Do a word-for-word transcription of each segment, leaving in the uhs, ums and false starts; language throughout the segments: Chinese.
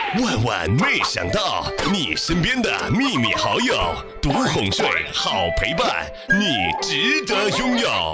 万万没想到，你身边的秘密好友，独哄睡，好陪伴，你值得拥有。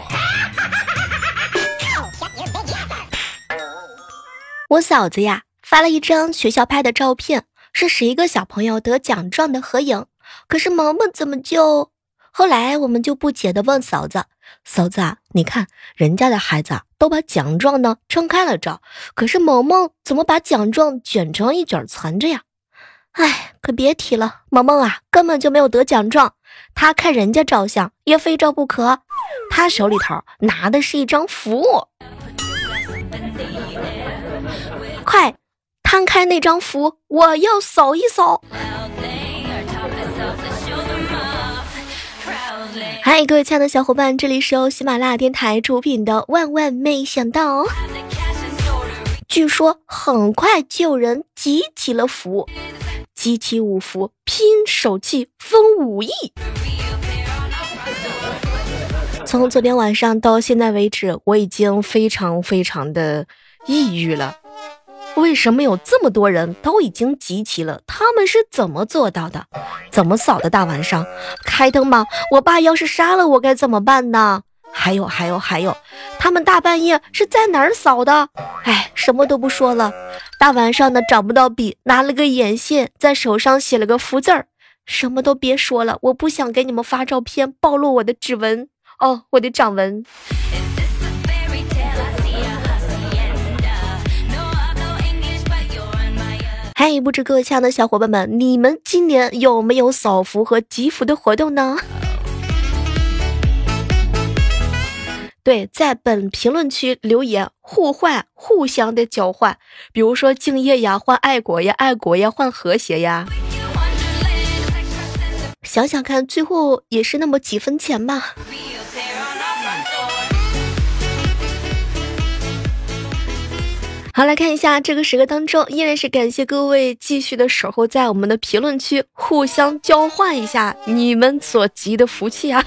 我嫂子呀，发了一张学校拍的照片，是十一个小朋友得奖状的合影。可是萌萌怎么就……后来我们就不解地问嫂子：“嫂子啊，你看人家的孩子啊，都把奖状呢撑开了照，可是萌萌怎么把奖状卷成一卷存着呀？”哎，可别提了，萌萌啊根本就没有得奖状，他看人家照相也非照不可，他手里头拿的是一张符。快摊开那张符，我要扫一扫。嗨，各位亲爱的小伙伴，这里是由喜马拉雅电台出品的万万没想到。据说很快就有人集齐了符，集齐五符，拼手气分五亿。从昨天晚上到现在为止，我已经非常非常的抑郁了。为什么有这么多人都已经集齐了？他们是怎么做到的？怎么扫的大晚上？开灯吗？我爸要是杀了我该怎么办呢？还有还有还有，他们大半夜是在哪儿扫的？哎，什么都不说了，大晚上的找不到笔，拿了个眼线在手上写了个福字儿。什么都别说了，我不想给你们发照片暴露我的指纹哦，我的掌纹。嗨，不知各位亲爱的小伙伴们，你们今年有没有扫福和集福的活动呢？对，在本评论区留言，互换，互相的交换，比如说敬业呀换爱国呀，爱国呀换和谐呀。想想看，最后也是那么几分钱吧。好，来看一下这个时刻当中，依然是感谢各位继续的守候在我们的评论区，互相交换一下你们所集的福气啊。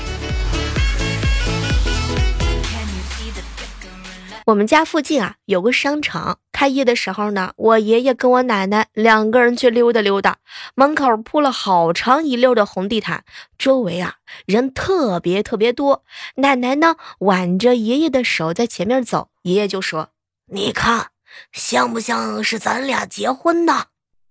我们家附近啊有个商场，开业的时候呢，我爷爷跟我奶奶两个人去溜达溜达，门口铺了好长一溜的红地毯，周围啊人特别特别多。奶奶呢挽着爷爷的手在前面走，爷爷就说：“你看像不像是咱俩结婚呢？”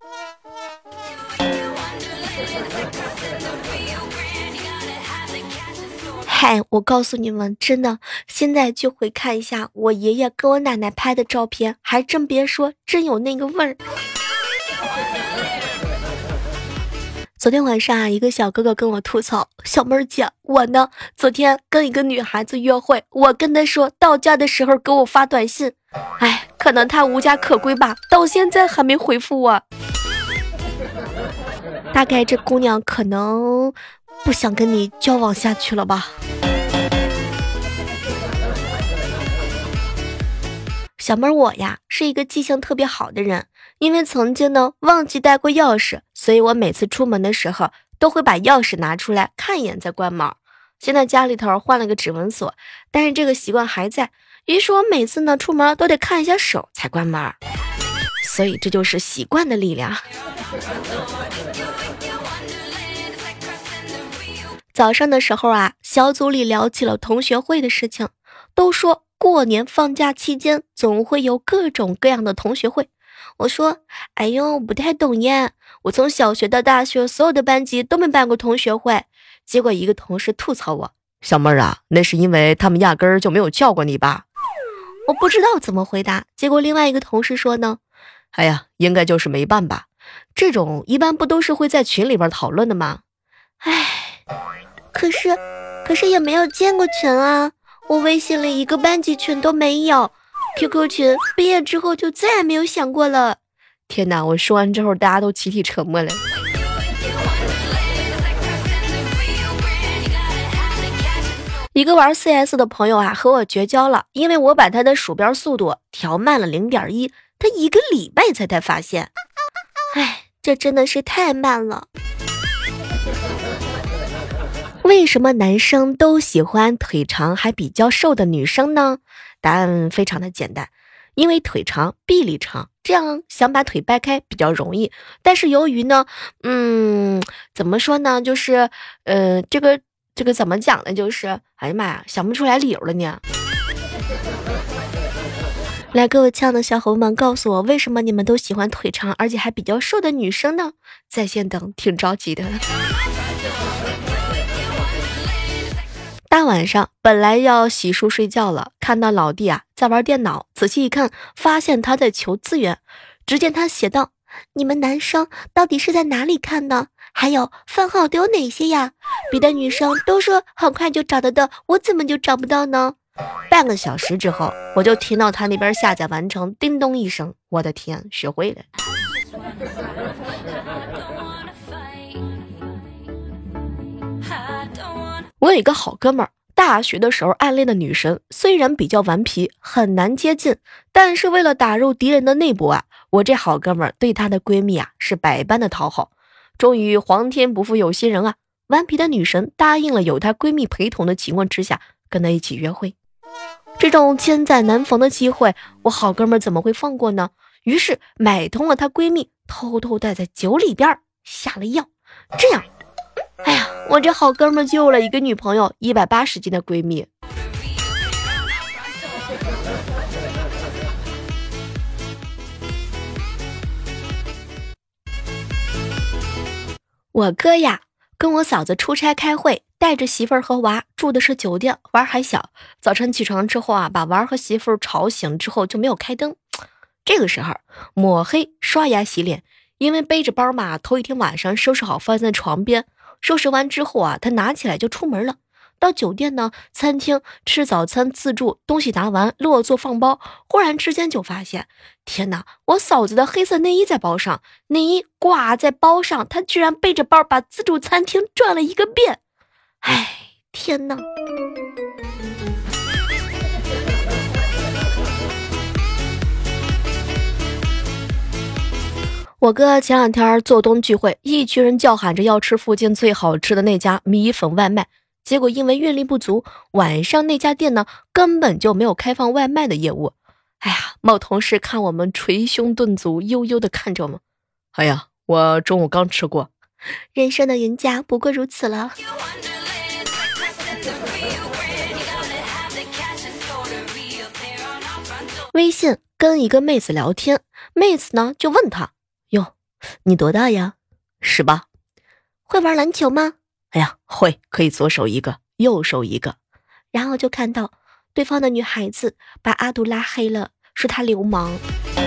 嗨，我告诉你们，真的，现在就回看一下我爷爷跟我奶奶拍的照片，还真别说，真有那个味儿。昨天晚上啊，一个小哥哥跟我吐槽：“小妹儿姐，我呢，昨天跟一个女孩子约会，我跟她说到家的时候给我发短信，哎，可能她无家可归吧，到现在还没回复我。大概这姑娘可能不想跟你交往下去了吧。”小妹儿我呀是一个记性特别好的人，因为曾经呢忘记带过钥匙，所以我每次出门的时候都会把钥匙拿出来看一眼再关门。现在家里头换了个指纹锁，但是这个习惯还在，于是我每次呢出门都得看一下手才关门，所以这就是习惯的力量。早上的时候啊，小组里聊起了同学会的事情，都说过年放假期间总会有各种各样的同学会。我说：“哎呦，不太懂耶，我从小学到大学所有的班级都没办过同学会。”结果一个同事吐槽我：“小妹儿啊，那是因为他们压根儿就没有叫过你吧？”我不知道怎么回答，结果另外一个同事说呢：“哎呀，应该就是没办吧，这种一般不都是会在群里边讨论的吗？”哎，可是可是也没有建过群啊，我微信里一个班级群都没有， Q Q 群毕业之后就再也没有想过了。天哪，我说完之后大家都集体沉默了。一个玩 C S 的朋友啊和我绝交了，因为我把他的鼠标速度调慢了 零点一， 他一个礼拜才才发现。哎，这真的是太慢了。为什么男生都喜欢腿长还比较瘦的女生呢？答案非常的简单， 因为腿长臂力长，这样想把腿掰开比较容易。但是由于呢，嗯，怎么说呢，就是呃，这个这个怎么讲呢？就是哎呀妈呀，想不出来理由了呢。来，各位亲爱的小伙伴们，告诉我为什么你们都喜欢腿长而且还比较瘦的女生呢？在线等，挺着急的。大晚上本来要洗漱睡觉了，看到老弟啊在玩电脑，仔细一看，发现他在求资源。只见他写道：你们男生到底是在哪里看呢？还有番号都有哪些呀？别的女生都说很快就找得到，我怎么就找不到呢？半个小时之后，我就听到他那边下载完成，叮咚一声，我的天，学会了。我有一个好哥们儿，大学的时候暗恋的女神，虽然比较顽皮，很难接近，但是为了打入敌人的内部啊，我这好哥们儿对她的闺蜜啊是百般的讨好。终于皇天不负有心人啊，顽皮的女神答应了有她闺蜜陪同的情况之下，跟她一起约会。这种千载难逢的机会，我好哥们儿怎么会放过呢？于是买通了她闺蜜，偷偷带在酒里边下了药，这样，哎呀，我这好哥们儿就有了一个女朋友，一百八十斤的闺蜜。我哥呀，跟我嫂子出差开会，带着媳妇儿和娃，住的是酒店，娃还小。早晨起床之后啊，把娃和媳妇儿吵醒之后就没有开灯。这个时候抹黑刷牙洗脸，因为背着包嘛，头一天晚上收拾好放在床边。收拾完之后啊，他拿起来就出门了。到酒店呢，餐厅吃早餐自助，东西拿完落座放包，忽然之间就发现，天哪，我嫂子的黑色内衣在包上，内衣挂在包上，她居然背着包把自助餐厅转了一个遍。哎，天哪！我哥前两天做冬聚会，一群人叫喊着要吃附近最好吃的那家米粉外卖，结果因为运力不足，晚上那家店呢根本就没有开放外卖的业务。哎呀，某同事看我们捶胸顿足，悠悠地看着我们，哎呀，我中午刚吃过。人生的赢家不过如此了。微信跟一个妹子聊天，妹子呢就问他，哟，你多大呀？十八。会玩篮球吗？哎呀，会，可以左手一个，右手一个。然后就看到对方的女孩子把阿杜拉黑了，说他流氓。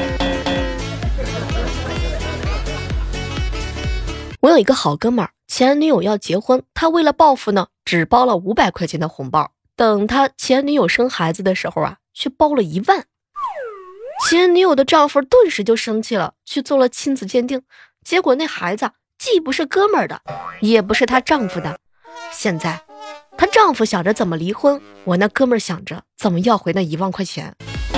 我有一个好哥们儿，前女友要结婚，他为了报复呢，只包了五百块钱的红包。等他前女友生孩子的时候啊，却包了一万。前女友的丈夫顿时就生气了，去做了亲子鉴定，结果那孩子既不是哥们儿的，也不是她丈夫的。现在她丈夫想着怎么离婚，我那哥们儿想着怎么要回那一万块钱。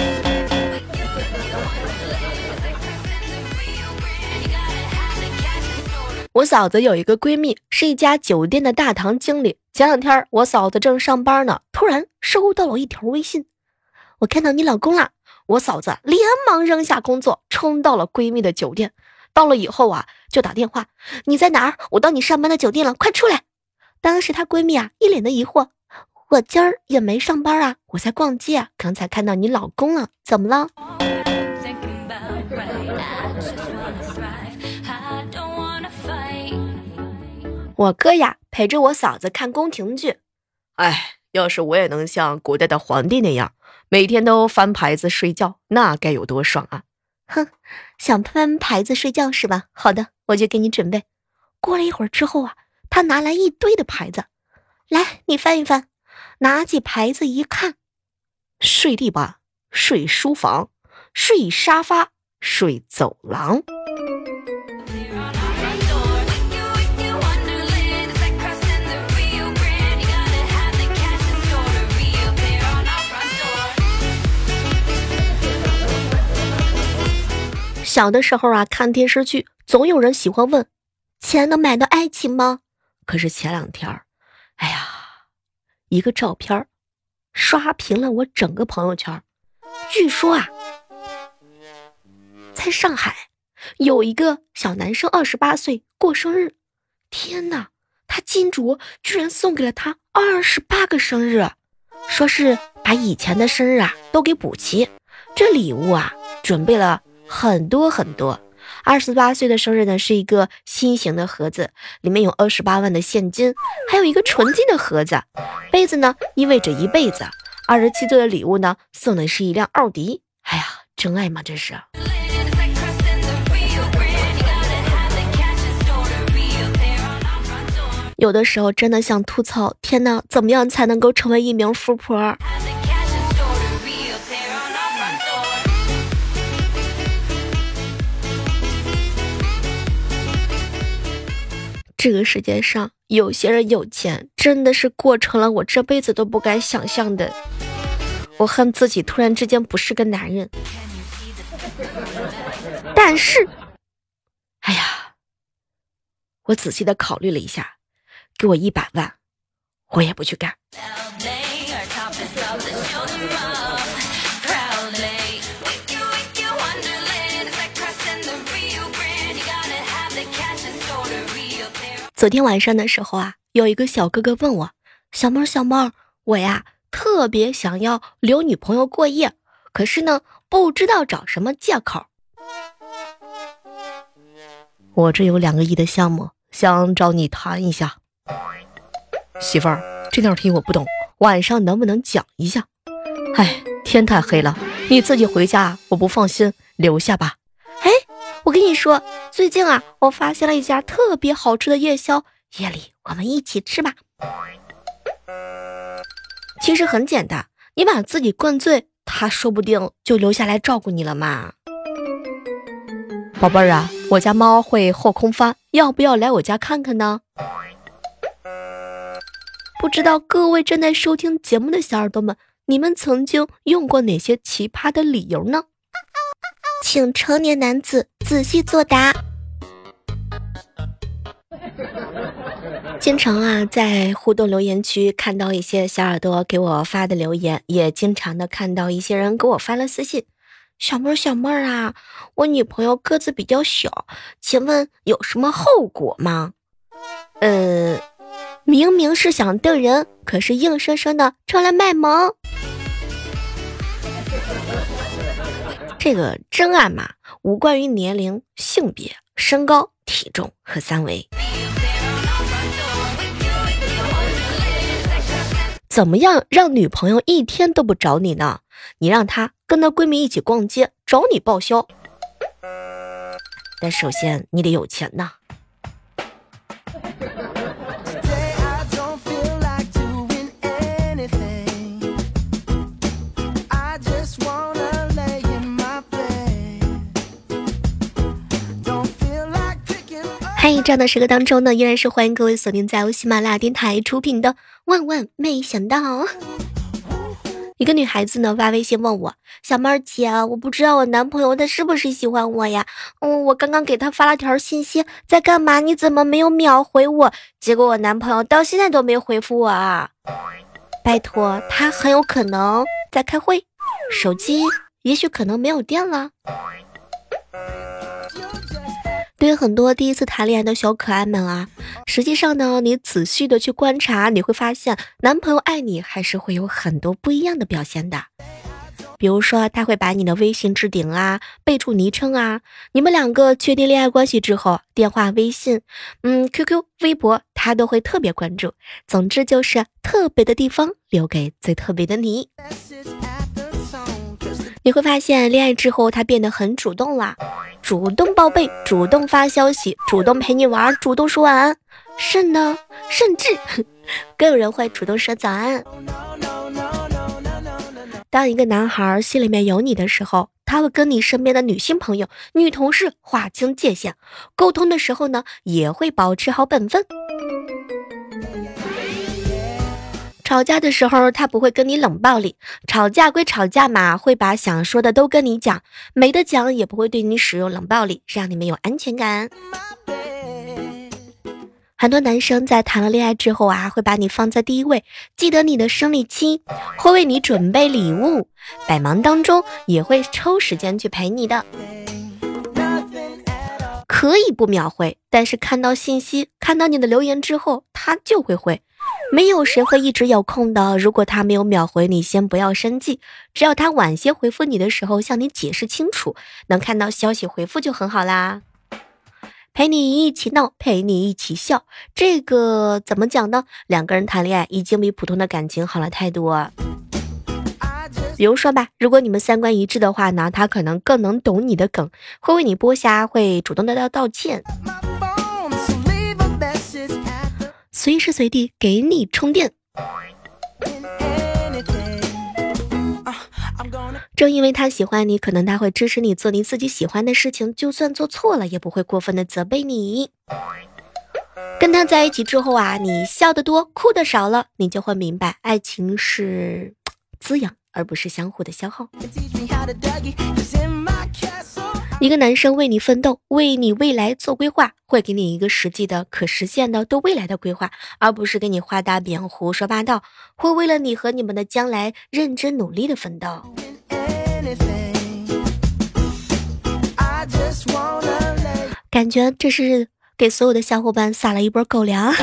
我嫂子有一个闺蜜，是一家酒店的大堂经理。前两天我嫂子正上班呢，突然收到了一条微信，我看到你老公了。我嫂子连忙扔下工作，冲到了闺蜜的酒店。到了以后啊，就打电话，你在哪儿？我到你上班的酒店了，快出来。当时她闺蜜啊一脸的疑惑，我今儿也没上班啊，我在逛街啊，刚才看到你老公了，怎么了？我哥呀陪着我嫂子看宫廷剧，哎，要是我也能像古代的皇帝那样，每天都翻牌子睡觉，那该有多爽啊！哼，想翻牌子睡觉是吧？好的，我就给你准备。过了一会儿之后啊，他拿来一堆的牌子，来，你翻一翻。拿起牌子一看，睡地板，睡书房，睡沙发，睡走廊。小的时候啊，看电视剧，总有人喜欢问，钱能买到爱情吗？可是前两天，哎呀，一个照片刷屏了我整个朋友圈。据说啊， 在上海有一个小男生二十八岁过生日，天哪，他金主居然送给了他二十八个生日，说是把以前的生日啊都给补齐。这礼物啊准备了很多很多。二十八岁的生日呢是一个新型的盒子，里面有二十八万的现金，还有一个纯金的盒子。杯子呢意味着一辈子。二十七岁的礼物呢送的是一辆奥迪。哎呀，真爱吗这是。有的时候真的想吐槽，天哪，怎么样才能够成为一名富婆？这个世界上有些人有钱，真的是过成了我这辈子都不敢想象的。我恨自己突然之间不是个男人。但是，哎呀，我仔细的考虑了一下，给我一百万，我也不去干。昨天晚上的时候啊，有一个小哥哥问我，小妹儿小妹儿，我呀特别想要留女朋友过夜，可是呢不知道找什么借口。我这有两个亿的项目，想找你谈一下。媳妇儿，这道题我不懂，晚上能不能讲一下？哎，天太黑了，你自己回家，我不放心，留下吧。哎，我跟你说，最近啊，我发现了一家特别好吃的夜宵，夜里我们一起吃吧。其实很简单，你把自己灌醉，他说不定就留下来照顾你了嘛。宝贝儿啊，我家猫会后空翻，要不要来我家看看呢？不知道各位正在收听节目的小耳朵们，你们曾经用过哪些奇葩的理由呢？请成年男子仔细作答。经常啊在互动留言区看到一些小耳朵给我发的留言，也经常的看到一些人给我发了私信。小妹儿小妹儿啊，我女朋友个子比较小，请问有什么后果吗？呃，明明是想瞪人，可是硬生生的成了卖萌。这个真爱嘛，无关于年龄、性别、身高、体重和三围。怎么样让女朋友一天都不找你呢？你让她跟她闺蜜一起逛街，找你报销。但首先你得有钱呐。嗨，这样的时刻当中呢，依然是欢迎各位锁定在由喜马拉雅电台出品的万万没想到。一个女孩子呢发微信问我，小妹儿姐，我不知道我男朋友他是不是喜欢我呀？嗯，我刚刚给他发了条信息，在干嘛？你怎么没有秒回我？结果我男朋友到现在都没回复我啊！拜托，他很有可能在开会，手机也许可能没有电了。对于很多第一次谈恋爱的小可爱们啊，实际上呢，你仔细的去观察，你会发现男朋友爱你还是会有很多不一样的表现的。比如说他会把你的微信置顶啊，备注昵称啊，你们两个确定恋爱关系之后，电话、微信、嗯 Q Q、微博他都会特别关注。总之就是特别的地方留给最特别的你。你会发现恋爱之后他变得很主动啦，主动报备，主动发消息，主动陪你玩，主动说晚安，甚呢甚至更有人会主动说早安。当一个男孩心里面有你的时候，他会跟你身边的女性朋友、女同事划清界限，沟通的时候呢也会保持好本分。吵架的时候他不会跟你冷暴力，吵架归吵架嘛，会把想说的都跟你讲，没得讲也不会对你使用冷暴力，让你们有安全感。很多男生在谈了恋爱之后啊，会把你放在第一位，记得你的生理期，会为你准备礼物，百忙当中也会抽时间去陪你的。 可以不秒回，但是看到信息，看到你的留言之后，他就会回。没有谁会一直有空的，如果他没有秒回你，先不要生气，只要他晚些回复你的时候向你解释清楚，能看到消息回复就很好啦。陪你一起闹，陪你一起笑，这个怎么讲呢？两个人谈恋爱已经比普通的感情好了太多。比如说吧，如果你们三观一致的话呢，他可能更能懂你的梗，会为你剥虾，会主动的道歉，随时随地给你充电。正因为他喜欢你，可能他会支持你做你自己喜欢的事情，就算做错了也不会过分的责备你。跟他在一起之后啊，你笑得多哭得少了，你就会明白爱情是滋养而不是相互的消耗。一个男生为你奋斗，为你未来做规划，会给你一个实际的可实现的对未来的规划，而不是给你画大饼胡说八道，会为了你和你们的将来认真努力的奋斗。感觉这是给所有的小伙伴撒了一波狗粮。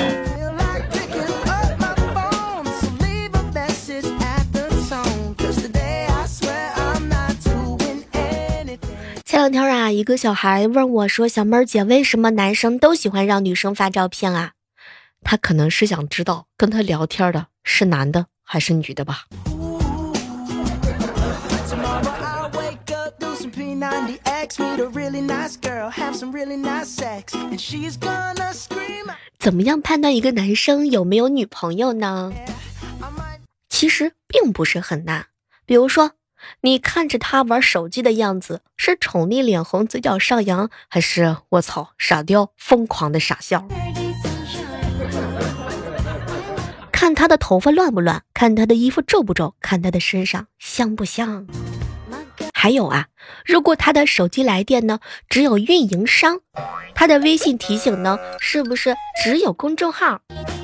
前两天啊，一个小孩问我说，小妹儿姐，为什么男生都喜欢让女生发照片啊？他可能是想知道跟他聊天的是男的还是女的吧。怎么样判断一个男生有没有女朋友呢？其实并不是很难。比如说，你看着他玩手机的样子，是宠溺脸红嘴角上扬，还是我操傻雕疯狂的傻笑？看他的头发乱不乱，看他的衣服皱不皱，看他的身上香不香。还有啊，如果他的手机来电呢只有运营商，他的微信提醒呢是不是只有公众号？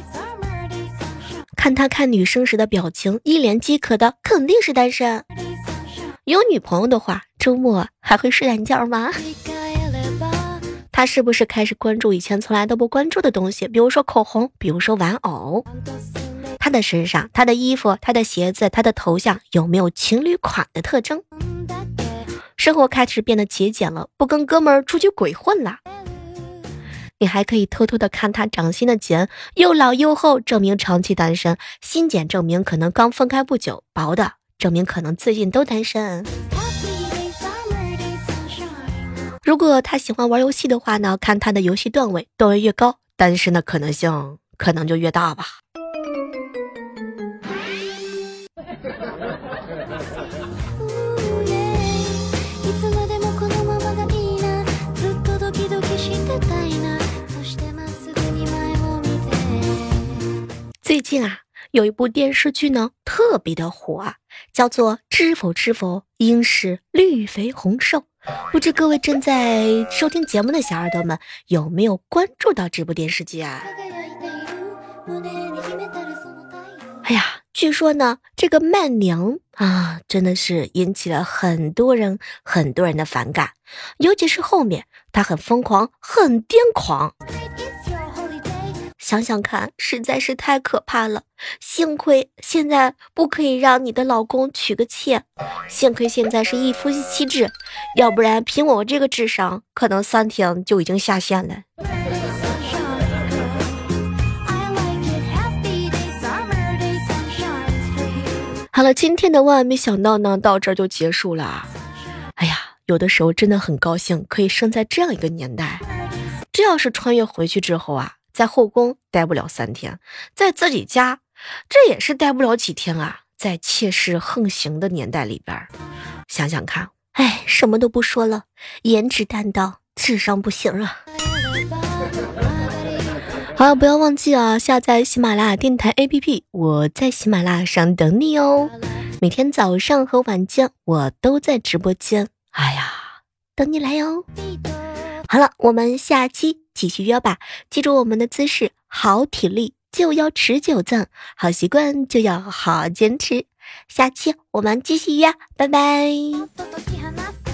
看他看女生时的表情，一脸饥渴的肯定是单身。有女朋友的话，周末还会睡懒觉吗？他是不是开始关注以前从来都不关注的东西，比如说口红，比如说玩偶？他的身上，他的衣服，他的鞋子，他的头像有没有情侣款的特征？生活开始变得节俭了，不跟哥们儿出去鬼混了。你还可以偷偷的看他掌心的茧，又老又厚，证明长期单身；新茧证明可能刚分开不久，薄的证明可能最近都单身。如果他喜欢玩游戏的话呢，看他的游戏段位，段位越高，单身的可能性可能就越大吧。最近啊，有一部电视剧呢特别的火啊，叫做《知否知否，应是绿肥红瘦》。不知各位正在收听节目的小耳朵们有没有关注到这部电视剧啊？哎呀，据说呢，这个曼娘啊，真的是引起了很多人很多人的反感，尤其是后面她很疯狂，很癫狂。想想看，实在是太可怕了。幸亏现在不可以让你的老公娶个妾，幸亏现在是一夫一妻制，要不然凭我这个智商，可能三天就已经下线了。好了，今天的万万没想到呢，到这儿就结束了。哎呀，有的时候真的很高兴，可以生在这样一个年代。这要是穿越回去之后啊，在后宫待不了三天，在自己家这也是待不了几天啊。在妾室横行的年代里边，想想看，哎，什么都不说了，颜值担当，智商不行啊。好，不要忘记啊，下载喜马拉雅电台 A P P， 我在喜马拉雅上等你哦。每天早上和晚间我都在直播间，哎呀，等你来哦。好了，我们下期继续约吧。记住我们的姿势，好体力就要持久战，好习惯就要好坚持。下期我们继续约，拜拜。